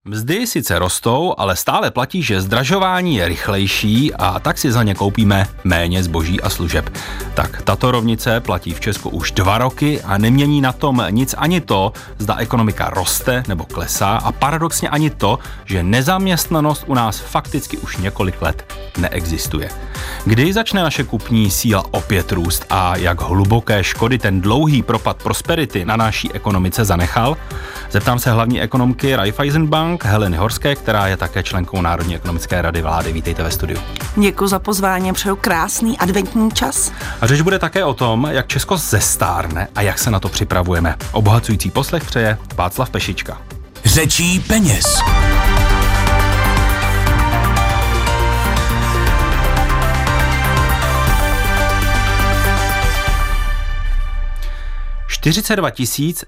Mzdy sice rostou, ale stále platí, že zdražování je rychlejší a tak si za ně koupíme méně zboží a služeb. Tak tato rovnice platí v Česku už 2 roky a nemění na tom nic ani to, zda ekonomika roste nebo klesá a paradoxně ani to, že nezaměstnanost u nás fakticky už několik let neexistuje. Kdy začne naše kupní síla opět růst a jak hluboké škody ten dlouhý propad prosperity na naší ekonomice zanechal? Zeptám se hlavní ekonomky Raiffeisen Bank Heleny Horské, která je také členkou Národní ekonomické rady vlády. Vítejte ve studiu. Děkuji za pozvání, přeju krásný adventní čas. A řeč bude také o tom, jak Česko zestárne a jak se na to připravujeme. Obohacující poslech přeje Václav Pešička. Řečí peněz. $42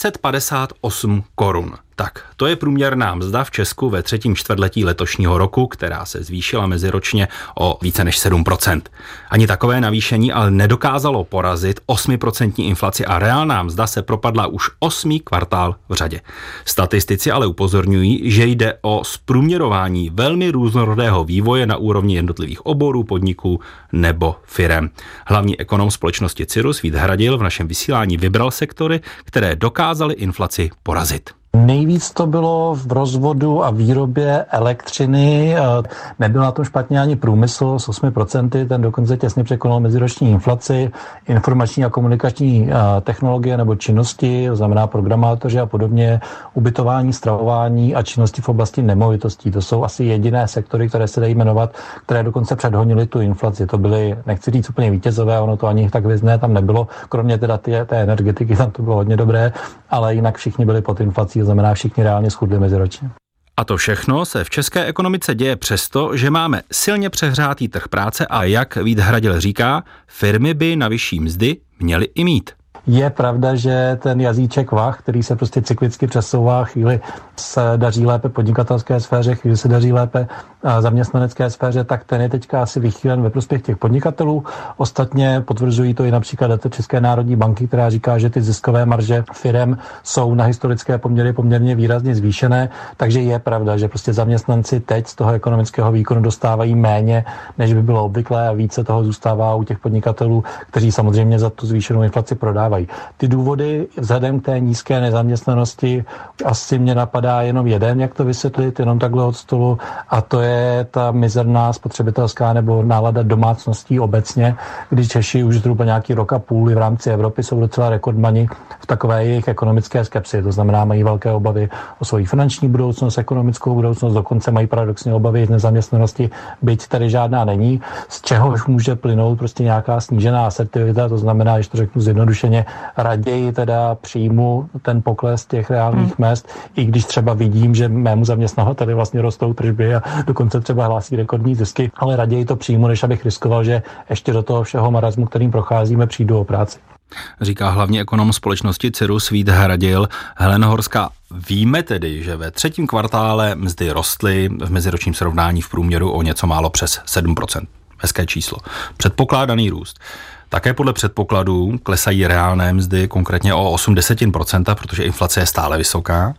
658 korun. Tak, to je průměrná mzda v Česku ve 3. čtvrtletí letošního roku, která se zvýšila meziročně o více než 7%. Ani takové navýšení ale nedokázalo porazit 8% inflaci a reálná mzda se propadla už 8. kvartál v řadě. Statistici ale upozorňují, že jde o zprůměrování velmi různorodého vývoje na úrovni jednotlivých oborů, podniků nebo firem. Hlavní ekonom společnosti Cyrrus Vít Hradil v našem vysílání vybral sektory, které dokázaly inflaci porazit. Nejvíc to bylo v rozvodu a výrobě elektřiny. Nebyl na tom špatně ani průmysl s 8%, ten dokonce těsně překonal meziroční inflaci, informační a komunikační technologie nebo činnosti, to znamená programátoři a podobně, ubytování, stravování a činnosti v oblasti nemovitostí. To jsou asi jediné sektory, které se dají jmenovat, které dokonce předhonily tu inflaci. To byly, nechci říct úplně vítězové, ono to ani tak vězné tam nebylo, kromě teda té energetiky, tam to bylo hodně dobré, ale jinak všichni byli pod inflací. To znamená, všichni reálně schudli meziročně. A to všechno se v české ekonomice děje přesto, že máme silně přehrátý trh práce a jak Vít Hradil říká, firmy by na vyšší mzdy měly i mít. Je pravda, že ten jazyček vah, který se prostě cyklicky přesouvá, chvíli se daří lépe podnikatelské sféře, chvíli se daří lépe zaměstnanecké sféře, tak ten je teďka asi vychýlen ve prospěch těch podnikatelů. Ostatně potvrzují to i například data České národní banky, která říká, že ty ziskové marže firem jsou na historické poměry poměrně výrazně zvýšené, takže je pravda, že prostě zaměstnanci teď z toho ekonomického výkonu dostávají méně, než by bylo obvyklé a více toho zůstává u těch podnikatelů, kteří samozřejmě za tu zvýšenou inflaci prodávají. Ty důvody vzhledem k té nízké nezaměstnanosti asi mě napadá jenom jeden, jak to vysvětlit, jenom takhle od stolu, a to je ta mizerná spotřebitelská nebo nálada domácností obecně, kdy Češi už zhruba nějaký rok a půl v rámci Evropy jsou docela rekordmani v takové jejich ekonomické skepsi. To znamená, mají velké obavy o svoji finanční budoucnost, ekonomickou budoucnost, dokonce mají paradoxně obavy z nezaměstnanosti, byť tady žádná není, z čehož může plynout prostě nějaká snížená asertivita, to znamená, když to řeknu zjednodušeně, raději teda přijmu ten pokles těch reálných mezd, i když třeba vidím, že mému zaměstnavateli vlastně rostou tržby a dokonce třeba hlásí rekordní zisky, ale raději to přijmu, než abych riskoval, že ještě do toho všeho marazmu, kterým procházíme, přijdu o práci. Říká hlavní ekonom společnosti Cyrrus Vít Hradil. Helena Horská, víme tedy, že ve 3. kvartále mzdy rostly v meziročním srovnání v průměru o něco málo přes 7%. Hezké číslo. Předpokládaný růst. Také podle předpokladů klesají reálné mzdy konkrétně o 0,8%, protože inflace je stále vysoká.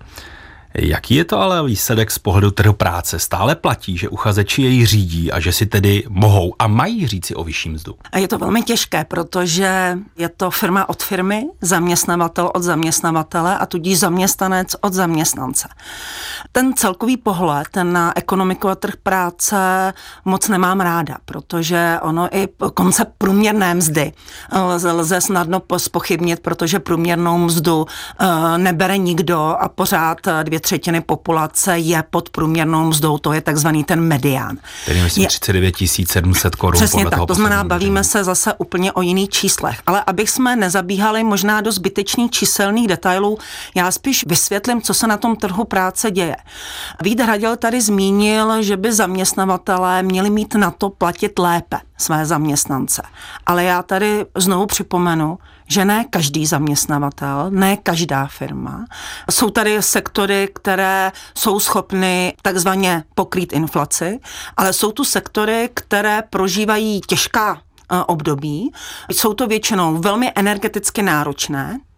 Jaký je to ale výsledek z pohledu trhu práce? Stále platí, že uchazeči jej řídí a že si tedy mohou a mají říci o vyšší mzdu? A je to velmi těžké, protože je to firma od firmy, zaměstnavatel od zaměstnavatele a tudíž zaměstnanec od zaměstnance. Ten celkový pohled na ekonomiku a trh práce moc nemám ráda, protože ono i koncept průměrné mzdy lze snadno zpochybnit, protože průměrnou mzdu nebere nikdo a pořád 2/3 populace je pod průměrnou mzdou, to je takzvaný ten medián. Tedy myslím 39 700 korun. Přesně tak, to znamená, bavíme se zase úplně o jiných číslech. Ale abych jsme nezabíhali možná do zbytečných číselných detailů, já spíš vysvětlím, co se na tom trhu práce děje. Vít Hradil tady zmínil, že by zaměstnavatelé měli mít na to platit lépe své zaměstnance. Ale já tady znovu připomenu, že ne každý zaměstnavatel, ne každá firma. Jsou tady sektory, které jsou schopny takzvaně pokrýt inflaci, ale jsou tu sektory, které prožívají těžká období. Jsou to většinou velmi energeticky náročné,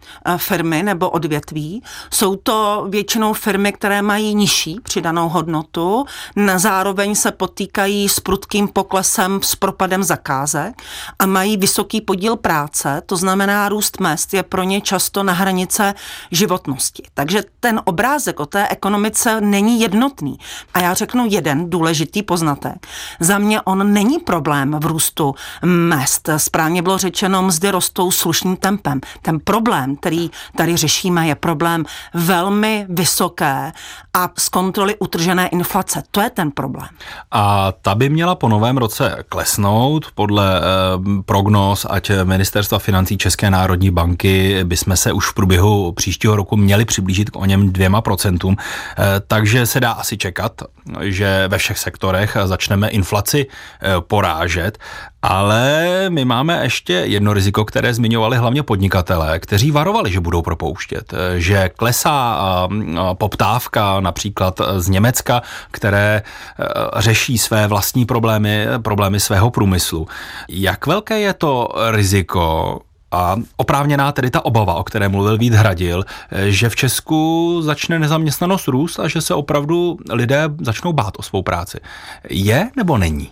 firmy nebo odvětví. Jsou to většinou firmy, které mají nižší přidanou hodnotu, zároveň se potýkají s prudkým poklesem, s propadem zakázek a mají vysoký podíl práce, to znamená růst mezd je pro ně často na hranice životnosti. Takže ten obrázek o té ekonomice není jednotný. A já řeknu jeden důležitý poznatek. Za mě on není problém v růstu mezd. Správně bylo řečeno, mzdy rostou slušným tempem. Ten problém, který tady řešíme, je problém velmi vysoké a z kontroly utržené inflace. To je ten problém. A ta by měla po novém roce klesnout. Podle prognóz, ať Ministerstva financí České národní banky, bychom se už v průběhu příštího roku měli přiblížit k o něm 2%. Takže se dá asi čekat, že ve všech sektorech začneme inflaci porážet. Ale my máme ještě jedno riziko, které zmiňovali hlavně podnikatelé, kteří varovali, že budou propouštět, že klesá poptávka například z Německa, které řeší své vlastní problémy svého průmyslu. Jak velké je to riziko a oprávněná tedy ta obava, o které mluvil Vít Hradil, že v Česku začne nezaměstnanost růst a že se opravdu lidé začnou bát o svou práci? Je nebo není?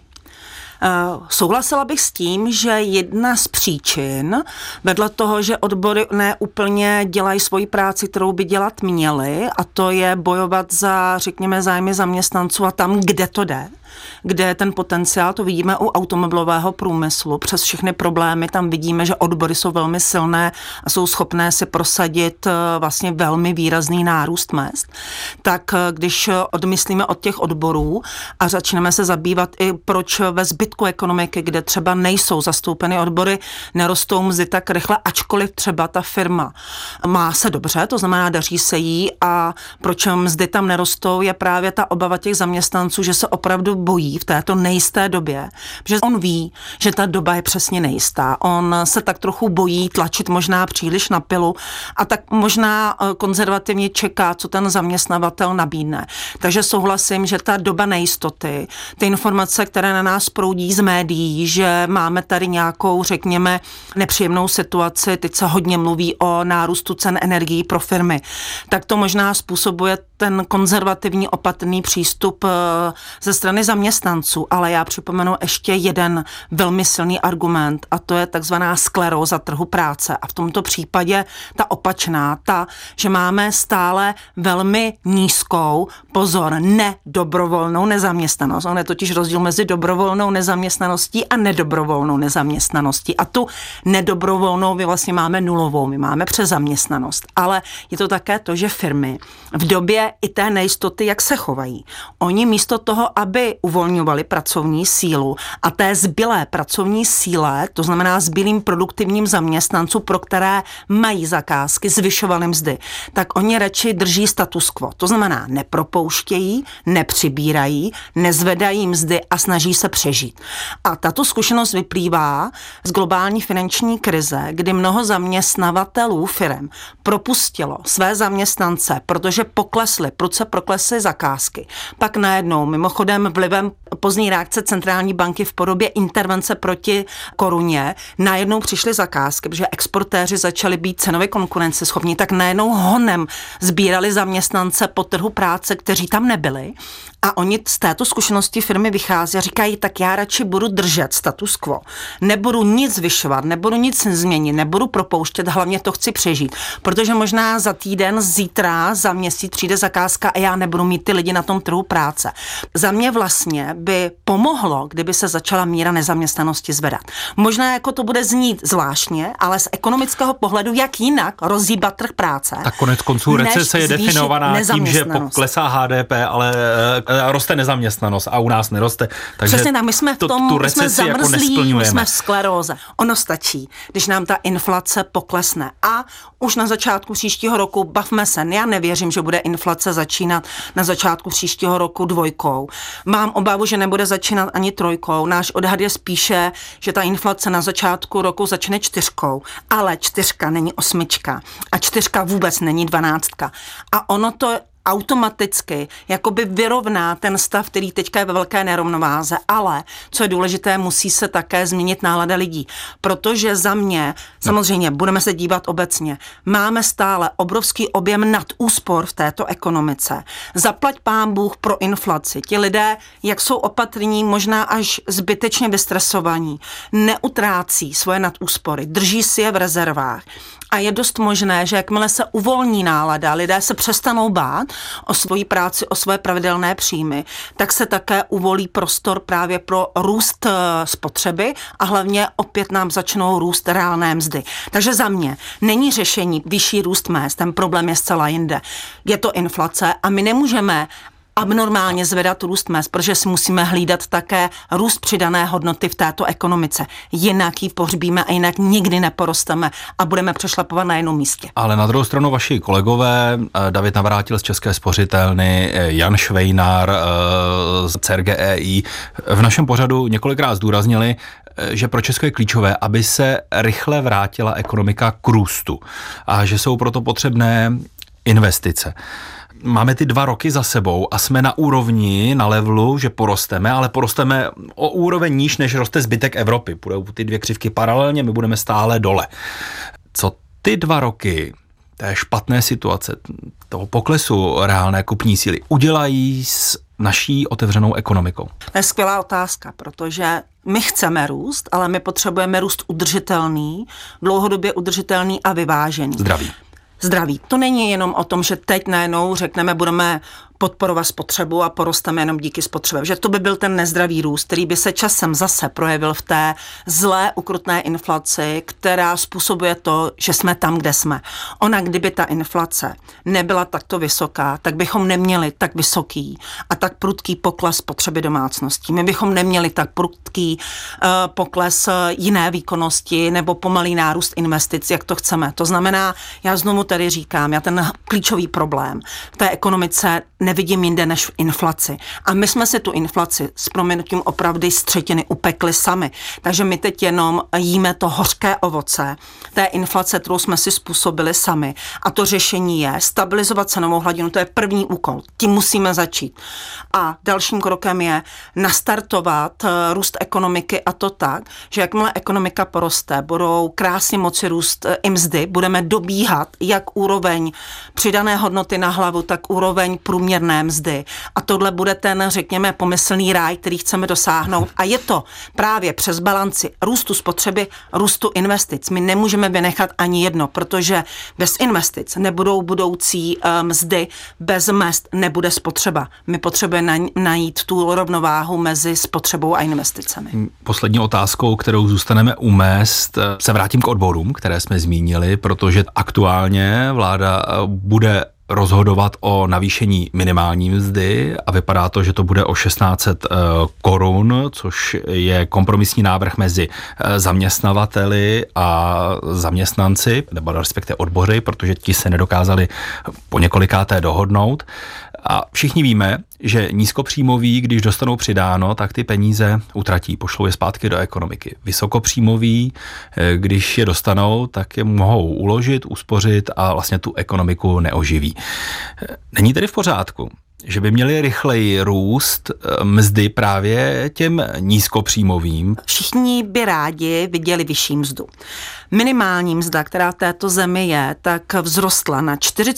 Souhlasila bych s tím, že jedna z příčin, vedle toho, že odbory neúplně dělají svoji práci, kterou by dělat měly, a to je bojovat za, řekněme, zájmy zaměstnanců a tam, kde to jde, kde je ten potenciál, to vidíme u automobilového průmyslu. Přes všechny problémy tam vidíme, že odbory jsou velmi silné a jsou schopné si prosadit vlastně velmi výrazný nárůst mezd. Tak když odmyslíme od těch odborů a začneme se zabývat i proč ve zbytku ekonomiky, kde třeba nejsou zastoupeny odbory, nerostou mzdy tak rychle, ačkoliv třeba ta firma má se dobře, to znamená daří se jí, a proč mzdy tam nerostou, je právě ta obava těch zaměstnanců, že se opravdu bojí v této nejisté době, protože on ví, že ta doba je přesně nejistá. On se tak trochu bojí tlačit možná příliš na pilu a tak možná konzervativně čeká, co ten zaměstnavatel nabídne. Takže souhlasím, že ta doba nejistoty, ty informace, které na nás proudí z médií, že máme tady nějakou, řekněme, nepříjemnou situaci, teď se hodně mluví o nárůstu cen energií pro firmy, tak to možná způsobuje ten konzervativní opatrný přístup ze strany zaměstnanců, ale já připomenu ještě jeden velmi silný argument a to je takzvaná skleróza trhu práce a v tomto případě ta opačná, že máme stále velmi nízkou, pozor, nedobrovolnou nezaměstnanost. On je totiž rozdíl mezi dobrovolnou nezaměstnaností a nedobrovolnou nezaměstnaností a tu nedobrovolnou my vlastně máme nulovou, my máme přezaměstnanost, ale je to také to, že firmy v době i té nejistoty, jak se chovají. Oni místo toho, aby uvolňovali pracovní sílu a té zbylé pracovní síle, to znamená zbylým produktivním zaměstnancům, pro které mají zakázky, zvyšovali mzdy, tak oni radši drží status quo. To znamená, nepropouštějí, nepřibírají, nezvedají mzdy a snaží se přežít. A tato zkušenost vyplývá z globální finanční krize, kdy mnoho zaměstnavatelů firem propustilo své zaměstnance, protože prudce proklesly zakázky. Pak najednou, mimochodem vlivem pozdní reakce centrální banky v podobě intervence proti koruně, najednou přišly zakázky, protože exportéři začali být cenově konkurenceschopní, tak najednou honem sbírali zaměstnance po trhu práce, kteří tam nebyli. A oni z této zkušenosti firmy vychází a říkají, tak já radši budu držet status quo. Nebudu nic zvyšovat, nebudu nic změnit, nebudu propouštět, hlavně to chci přežít. Protože možná za týden, zítra, za měsíc přijde zakázka a já nebudu mít ty lidi na tom trhu práce. Za mě vlastně by pomohlo, kdyby se začala míra nezaměstnanosti zvedat. Možná jako to bude znít zvláštně, ale z ekonomického pohledu, jak jinak rozhýbat trh práce. Tak konec konců recese je definovaná tím, že poklesá HDP, ale roste nezaměstnanost a u nás neroste. Takže přesně tak, my jsme v tom, tu recesi jsme zamrzlí, jako my jsme v skleróze. Ono stačí, když nám ta inflace poklesne a už na začátku příštího roku, bavme se, já nevěřím, že bude inflace začínat na začátku příštího roku 2. Mám obavu, že nebude začínat ani 3. Náš odhad je spíše, že ta inflace na začátku roku začne 4, ale 4 není 8 a 4 vůbec není 12. A ono to automaticky jakoby vyrovná ten stav, který teďka je ve velké nerovnováze, ale co je důležité, musí se také změnit nálada lidí, protože za mě, samozřejmě budeme se dívat obecně, máme stále obrovský objem nadúspor v této ekonomice. Zaplať pán Bůh pro inflaci. Ti lidé, jak jsou opatrní, možná až zbytečně vystresovaní, neutrácí svoje nadúspory, drží si je v rezervách. A je dost možné, že jakmile se uvolní nálada, lidé se přestanou bát o svoji práci, o své pravidelné příjmy, tak se také uvolí prostor právě pro růst spotřeby a hlavně opět nám začnou růst reálné mzdy. Takže za mě není řešení vyšší růst mezd, ten problém je zcela jinde. Je to inflace a my nemůžeme abnormálně zvedat růst mezd, protože si musíme hlídat také růst přidané hodnoty v této ekonomice. Jinak ji pohřbíme a jinak nikdy neporosteme a budeme přešlapovat na jednom místě. Ale na druhou stranu vaši kolegové, David Navrátil z České spořitelny, Jan Švejnar z CERGEI, v našem pořadu několikrát zdůraznili, že pro Česko je klíčové, aby se rychle vrátila ekonomika k růstu a že jsou proto potřebné investice. Máme ty 2 roky za sebou a jsme na úrovni, na levelu, že porosteme, ale porosteme o úroveň níž, než roste zbytek Evropy. Budou ty 2 křivky paralelně, my budeme stále dole. Co ty 2 roky té špatné situace, toho poklesu reálné kupní síly udělají s naší otevřenou ekonomikou? To je skvělá otázka, protože my chceme růst, ale my potřebujeme růst udržitelný, dlouhodobě udržitelný a vyvážený. Zdraví. To není jenom o tom, že teď najednou řekneme, budeme podporovat spotřebu a porosteme jenom díky spotřebě. Že to by byl ten nezdravý růst, který by se časem zase projevil v té zlé, ukrutné inflaci, která způsobuje to, že jsme tam, kde jsme. Ona, kdyby ta inflace nebyla takto vysoká, tak bychom neměli tak vysoký a tak prudký pokles spotřeby domácností. My bychom neměli tak prudký pokles jiné výkonnosti nebo pomalý nárůst investic, jak to chceme. To znamená, já znovu tady říkám, já ten klíčový problém v té ekonomice nevidím jinde než v inflaci. A my jsme si tu inflaci s prominutím opravdu z třetiny upekli sami. Takže my teď jenom jíme to hořké ovoce té inflace, kterou jsme si způsobili sami. A to řešení je stabilizovat cenovou hladinu. To je první úkol. Tím musíme začít. A dalším krokem je nastartovat růst ekonomiky a to tak, že jakmile ekonomika poroste, budou krásně moci růst i mzdy, budeme dobíhat jak úroveň přidané hodnoty na hlavu, tak úroveň průměrné mzdy. A tohle bude ten, řekněme, pomyslný ráj, který chceme dosáhnout. A je to právě přes balanci růstu spotřeby, růstu investic. My nemůžeme vynechat ani jedno, protože bez investic nebudou budoucí mzdy, bez mezd nebude spotřeba. My potřebujeme najít tu rovnováhu mezi spotřebou a investicemi. Poslední otázkou, kterou zůstaneme u mezd, se vrátím k odborům, které jsme zmínili, protože aktuálně vláda bude rozhodovat o navýšení minimální mzdy a vypadá to, že to bude o 1600 korun, což je kompromisní návrh mezi zaměstnavateli a zaměstnanci, nebo respektive odbory, protože ti se nedokázali po několikáté dohodnout. A všichni víme, že nízkopříjmoví, když dostanou přidáno, tak ty peníze utratí, pošlou je zpátky do ekonomiky. Vysokopříjmoví, když je dostanou, tak je mohou uložit, uspořit a vlastně tu ekonomiku neoživí. Není tedy v pořádku, že by měli rychleji růst mzdy právě těm nízkopříjmovým? Všichni by rádi viděli vyšší mzdu. Minimální mzda, která v této zemi je, tak vzrostla na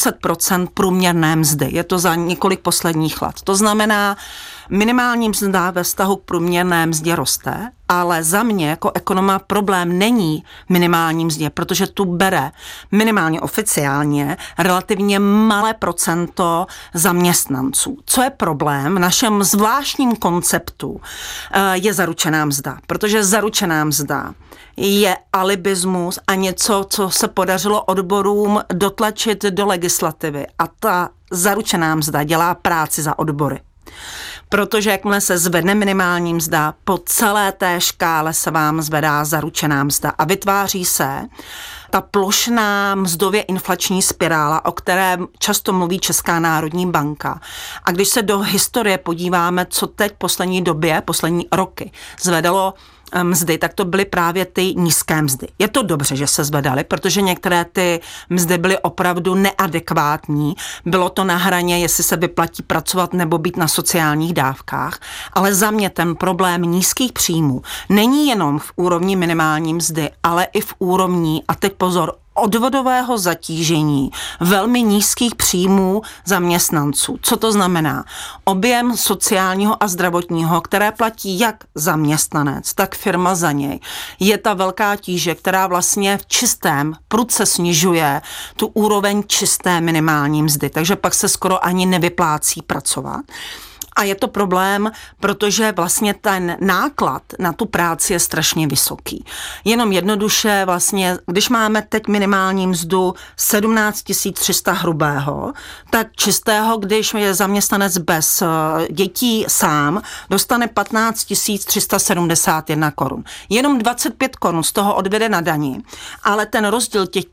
40% průměrné mzdy. Je to za několik posledních let. To znamená, minimální mzda ve vztahu k průměrné mzdě roste, ale za mě jako ekonoma problém není minimální mzdě, protože tu bere minimálně oficiálně relativně malé procento zaměstnanců. Co je problém v našem zvláštním konceptu je zaručená mzda, protože zaručená mzda je alibismus a něco, co se podařilo odborům dotlačit do legislativy. A ta zaručená mzda dělá práci za odbory. Protože jakmile se zvedne minimální mzda, po celé té škále se vám zvedá zaručená mzda a vytváří se ta plošná mzdově inflační spirála, o které často mluví Česká národní banka. A když se do historie podíváme, co teď poslední době, poslední roky zvedalo mzdy, tak to byly právě ty nízké mzdy. Je to dobře, že se zvedaly, protože některé ty mzdy byly opravdu neadekvátní. Bylo to na hraně, jestli se vyplatí pracovat nebo být na sociálních dávkách, ale za mě ten problém nízkých příjmů není jenom v úrovni minimální mzdy, ale i v úrovni, a teď pozor, odvodového zatížení velmi nízkých příjmů zaměstnanců. Co to znamená? Objem sociálního a zdravotního, které platí jak zaměstnanec, tak firma za něj, je ta velká tíže, která vlastně v čistém prudce snižuje tu úroveň čisté minimální mzdy, takže pak se skoro ani nevyplácí pracovat. A je to problém, protože vlastně ten náklad na tu práci je strašně vysoký. Jenom jednoduše vlastně, když máme teď minimální mzdu 17 300 hrubého, tak čistého, když je zaměstnanec bez dětí sám, dostane 15 371 korun. Jenom 25 korun z toho odvede na dani, ale ten rozdíl těch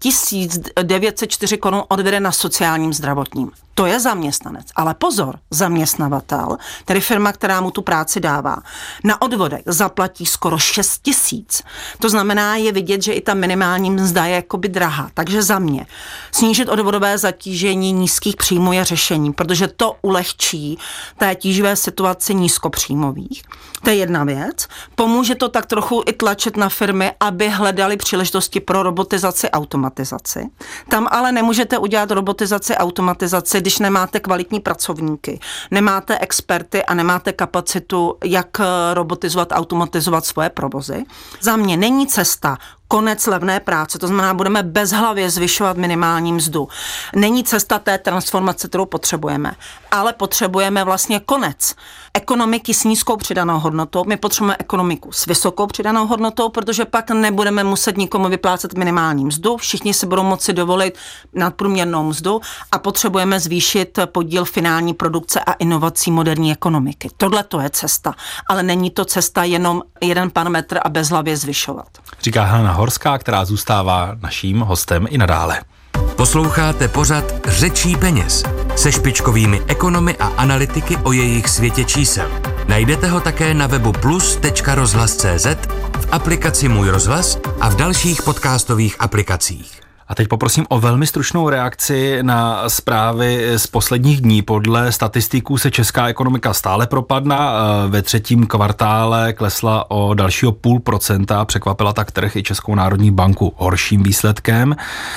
1904 korun odvede na sociálním zdravotním. To je zaměstnanec. Ale pozor, zaměstnavatel, tedy firma, která mu tu práci dává, na odvodech zaplatí skoro 6 000. To znamená, je vidět, že i ta minimální mzda je jakoby drahá. Takže za mě snížit odvodové zatížení nízkých příjmů je řešení, protože to ulehčí té tíživé situaci nízkopříjmových. To je jedna věc. Pomůže to tak trochu i tlačit na firmy, aby hledali příležitosti pro robotizaci, automatizaci. Tam ale nemůžete udělat robotizaci, automatizaci, když nemáte kvalitní pracovníky, nemáte experty a nemáte kapacitu, jak robotizovat, automatizovat svoje provozy. Za mě není cesta konec levné práce, to znamená, budeme bezhlavě zvyšovat minimální mzdu. Není cesta té transformace, kterou potřebujeme, ale potřebujeme vlastně konec ekonomiky s nízkou přidanou hodnotou. My potřebujeme ekonomiku s vysokou přidanou hodnotou, protože pak nebudeme muset nikomu vyplácet minimální mzdu, všichni si budou moci dovolit nadprůměrnou mzdu a potřebujeme zvýšit podíl finální produkce a inovací moderní ekonomiky. Tohle to je cesta, ale není to cesta jenom jeden parametr a bezhlavě zvyšovat. Říká Helena Horská, která zůstává naším hostem i nadále. Posloucháte pořad Řečí peněz se špičkovými ekonomy a analytiky o jejich světě čísel. Najdete ho také na webu plus.rozhlas.cz, v aplikaci Můj rozhlas a v dalších podcastových aplikacích. A teď poprosím o velmi stručnou reakci na zprávy z posledních dní. Podle statistiků se česká ekonomika stále propadla. Ve třetím kvartále klesla o dalšího 0,5%. Překvapila tak trh i Českou národní banku horším výsledkem.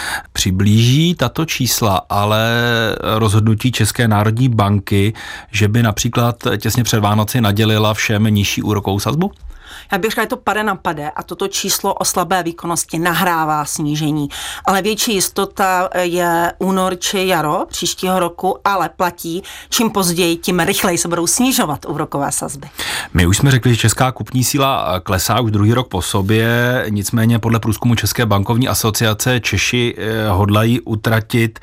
Přiblíží tato čísla ale rozhodnutí České národní banky, že by například těsně před Vánoci nadělila všem nižší úrokovou sazbu? Já bych řekla, je to pade na pade a toto číslo o slabé výkonnosti nahrává snížení. Ale větší jistota je únor či jaro příštího roku, ale platí, čím později, tím rychleji se budou snižovat úrokové sazby. My už jsme řekli, že česká kupní síla klesá už druhý rok po sobě, nicméně podle průzkumu České bankovní asociace Češi hodlají utratit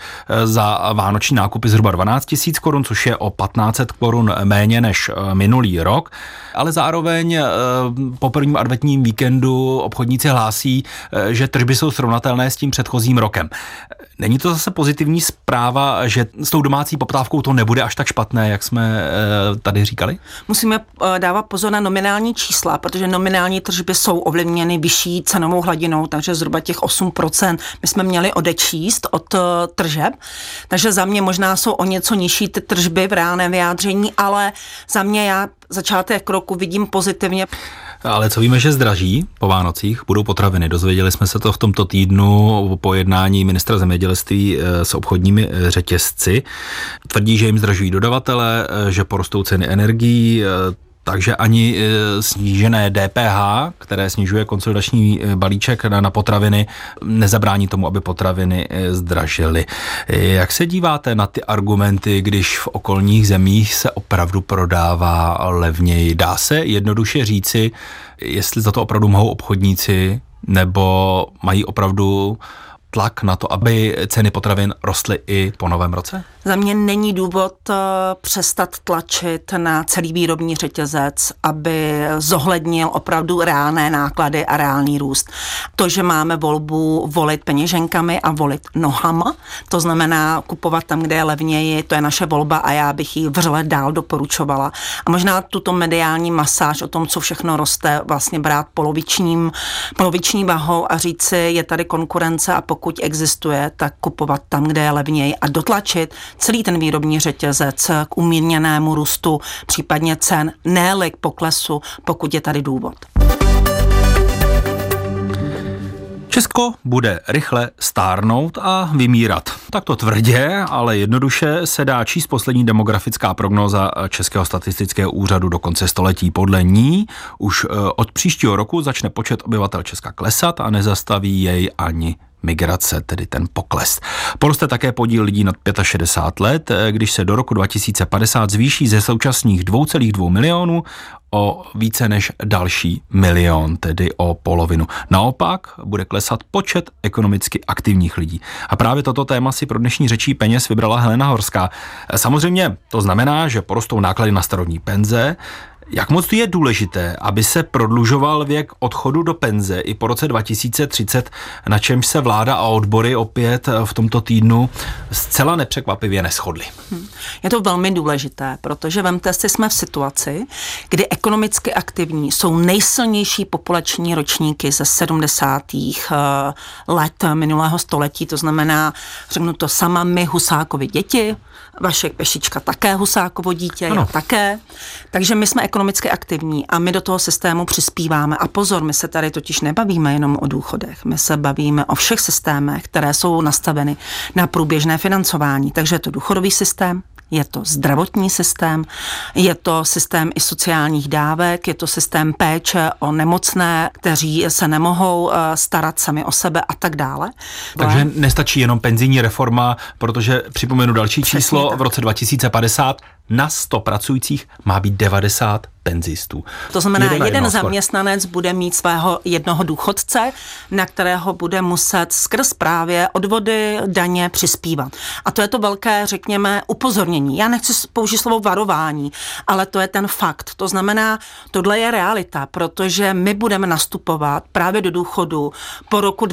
za vánoční nákupy zhruba 12 000 korun, což je o 1500 korun méně než minulý rok, ale zároveň po prvním adventním víkendu obchodníci hlásí, že tržby jsou srovnatelné s tím předchozím rokem. Není to zase pozitivní zpráva, že s tou domácí poptávkou to nebude až tak špatné, jak jsme tady říkali? Musíme dávat pozor na nominální čísla, protože nominální tržby jsou ovlivněny vyšší cenovou hladinou, takže zhruba těch 8% my jsme měli odečíst od tržeb. Takže za mě možná jsou o něco nižší ty tržby v reálném vyjádření, ale za mě já začátek roku vidím pozitivně. Ale co víme, že zdraží po Vánocích, budou potraviny. Dozvěděli jsme se to v tomto týdnu po jednání ministra zemědělství s obchodními řetězci. Tvrdí, že jim zdražují dodavatele, že porostou ceny energií, takže ani snížené DPH, které snižuje konsolidační balíček na potraviny, nezabrání tomu, aby potraviny zdražily. Jak se díváte na ty argumenty, když v okolních zemích se opravdu prodává levněji? Dá se jednoduše říci, jestli za to opravdu mohou obchodníci, nebo mají opravdu tlak na to, aby ceny potravin rostly i po novém roce? Za mě není důvod přestat tlačit na celý výrobní řetězec, aby zohlednil opravdu reálné náklady a reálný růst. To, že máme volbu volit peněženkami a volit nohama, to znamená kupovat tam, kde je levněji, to je naše volba a já bych ji vřele dál doporučovala. A možná tuto mediální masáž o tom, co všechno roste, vlastně brát poloviční vahou a říci, je tady konkurence a pokud existuje, tak kupovat tam, kde je levněji a dotlačit celý ten výrobní řetězec k umírněnému růstu, případně cen, ne-li k poklesu, pokud je tady důvod. Česko bude rychle stárnout a vymírat. Takto tvrdě, ale jednoduše se dá číst poslední demografická prognóza Českého statistického úřadu do konce století. Podle ní už od příštího roku začne počet obyvatel Česka klesat a nezastaví jej ani migrace, tedy ten pokles. Poroste také podíl lidí nad 65 let, když se do roku 2050 zvýší ze současných 2,2 milionů o více než další milion, tedy o polovinu. Naopak bude klesat počet ekonomicky aktivních lidí. A právě toto téma si pro dnešní Řečí peněz vybrala Helena Horská. Samozřejmě to znamená, že porostou náklady na starobní penze. Jak moc je důležité, aby se prodlužoval věk odchodu do penze i po roce 2030, na čemž se vláda a odbory opět v tomto týdnu zcela nepřekvapivě neshodly? Je to velmi důležité, protože vemte si, jsme v situaci, kdy ekonomicky aktivní jsou nejsilnější populační ročníky ze 70. let minulého století, to znamená, řeknu to sama, my Husákovi děti, Vašek Pešička také Husákovo dítě, já také. Takže my jsme ekonomicky aktivní a my do toho systému přispíváme. A pozor, my se tady totiž nebavíme jenom o důchodech, my se bavíme o všech systémech, které jsou nastaveny na průběžné financování. Takže je to důchodový systém, je to zdravotní systém, je to systém i sociálních dávek, je to systém péče o nemocné, kteří se nemohou starat sami o sebe a tak dále. Takže nestačí jenom penzijní reforma, protože připomenu další číslo, v roce 2050 na 100 pracujících má být 90 penzistů. To znamená, jeden zaměstnanec bude mít svého jednoho důchodce, na kterého bude muset skrz právě odvody, daně přispívat. A to je to velké, řekněme, upozornění. Já nechci použít slovo varování, ale to je ten fakt. To znamená, tohle je realita, protože my budeme nastupovat právě do důchodu po roku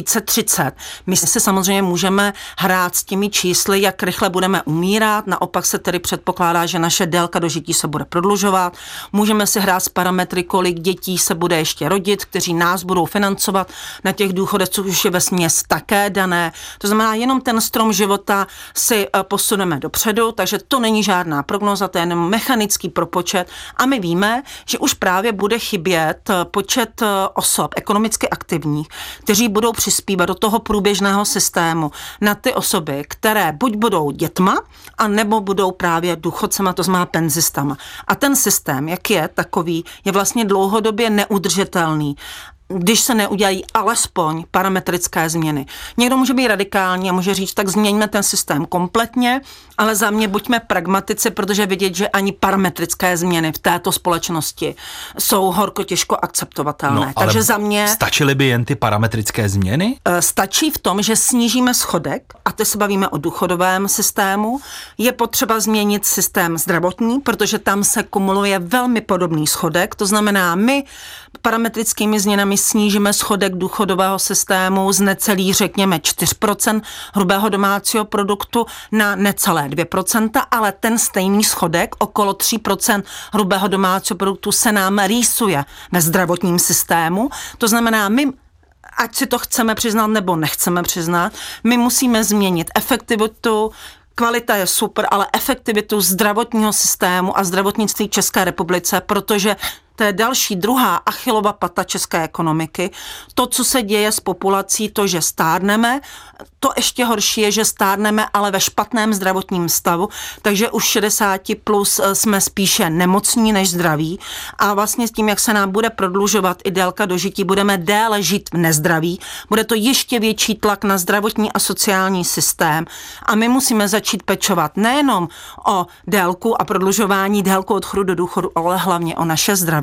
2030. My si samozřejmě můžeme hrát s těmi čísly, jak rychle budeme umírat, naopak se tedy předpokládá, že naše délka dožití se bude prodlužovat. Můžeme si hrát s parametry, kolik dětí se bude ještě rodit, kteří nás budou financovat na těch důchodech, což už je vesměs také dané. To znamená, jenom ten strom života si posuneme dopředu, takže to není žádná prognóza, to je jenom mechanický propočet a my víme, že už právě bude chybět počet osob ekonomicky aktivních, kteří budou přispívat do toho průběžného systému na ty osoby, které buď budou dětma, a nebo budou právě důchodcema, to znamená penzistama. A ten systém, jak je takový, je vlastně dlouhodobě neudržitelný, když se neudělají alespoň parametrické změny. Někdo může být radikální a může říct, tak změňme ten systém kompletně, ale za mě buďme pragmatici, protože vidět, že ani parametrické změny v této společnosti jsou horko těžko akceptovatelné. No, takže za mě... Stačily by jen ty parametrické změny? Stačí v tom, že snížíme schodek, a teď se bavíme o důchodovém systému. Je potřeba změnit systém zdravotní, protože tam se kumuluje velmi podobný schodek, to znamená, my parametrickými změnami snížíme schodek důchodového systému z necelých, řekněme, 4% hrubého domácího produktu na necelé 2%, ale ten stejný schodek, okolo 3% hrubého domácího produktu, se nám rýsuje ve zdravotním systému. To znamená, my, ať si to chceme přiznat nebo nechceme přiznat, my musíme změnit efektivitu. Kvalita je super, ale efektivitu zdravotního systému a zdravotnictví České republice, protože to je další druhá Achillova pata české ekonomiky. To, co se děje s populací, to, že stárneme, to ještě horší je, že stárneme, ale ve špatném zdravotním stavu, takže už 60 plus jsme spíše nemocní než zdraví a vlastně s tím, jak se nám bude prodlužovat i délka dožití, budeme déle žít v nezdraví, bude to ještě větší tlak na zdravotní a sociální systém a my musíme začít pečovat nejenom o délku a prodlužování délku odchodu do důchodu, ale hlavně o naše zdraví.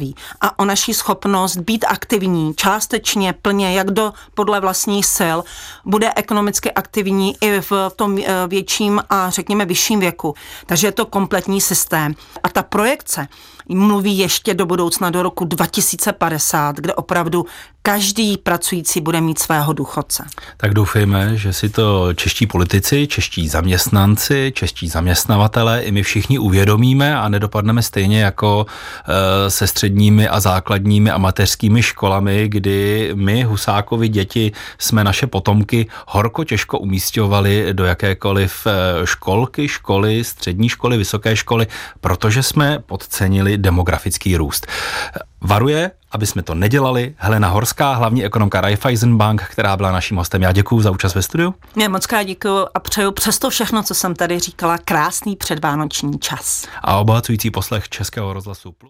zdraví a o naší schopnost být aktivní, částečně, plně, jak podle vlastních sil, bude ekonomicky aktivní i v tom větším a řekněme vyšším věku. Takže je to kompletní systém. A ta projekce mluví ještě do budoucna, do roku 2050, kde opravdu každý pracující bude mít svého důchodce. Tak doufejme, že si to čeští politici, čeští zaměstnanci, čeští zaměstnavatelé i my všichni uvědomíme a nedopadneme stejně jako se středními a základními a mateřskými školami, kdy my, Husákovi děti, jsme naše potomky horko těžko umísťovali do jakékoliv školky, školy, střední školy, vysoké školy, protože jsme podcenili demografický růst. Varuje, aby jsme to nedělali, Helena Horská, hlavní ekonomka Raiffeisenbank, která byla naším hostem. Já děkuju za účast ve studiu. Já moc krát děkuju a přeju přesto všechno, co jsem tady říkala, krásný předvánoční čas. A obohacující poslech Českého rozhlasu Plus.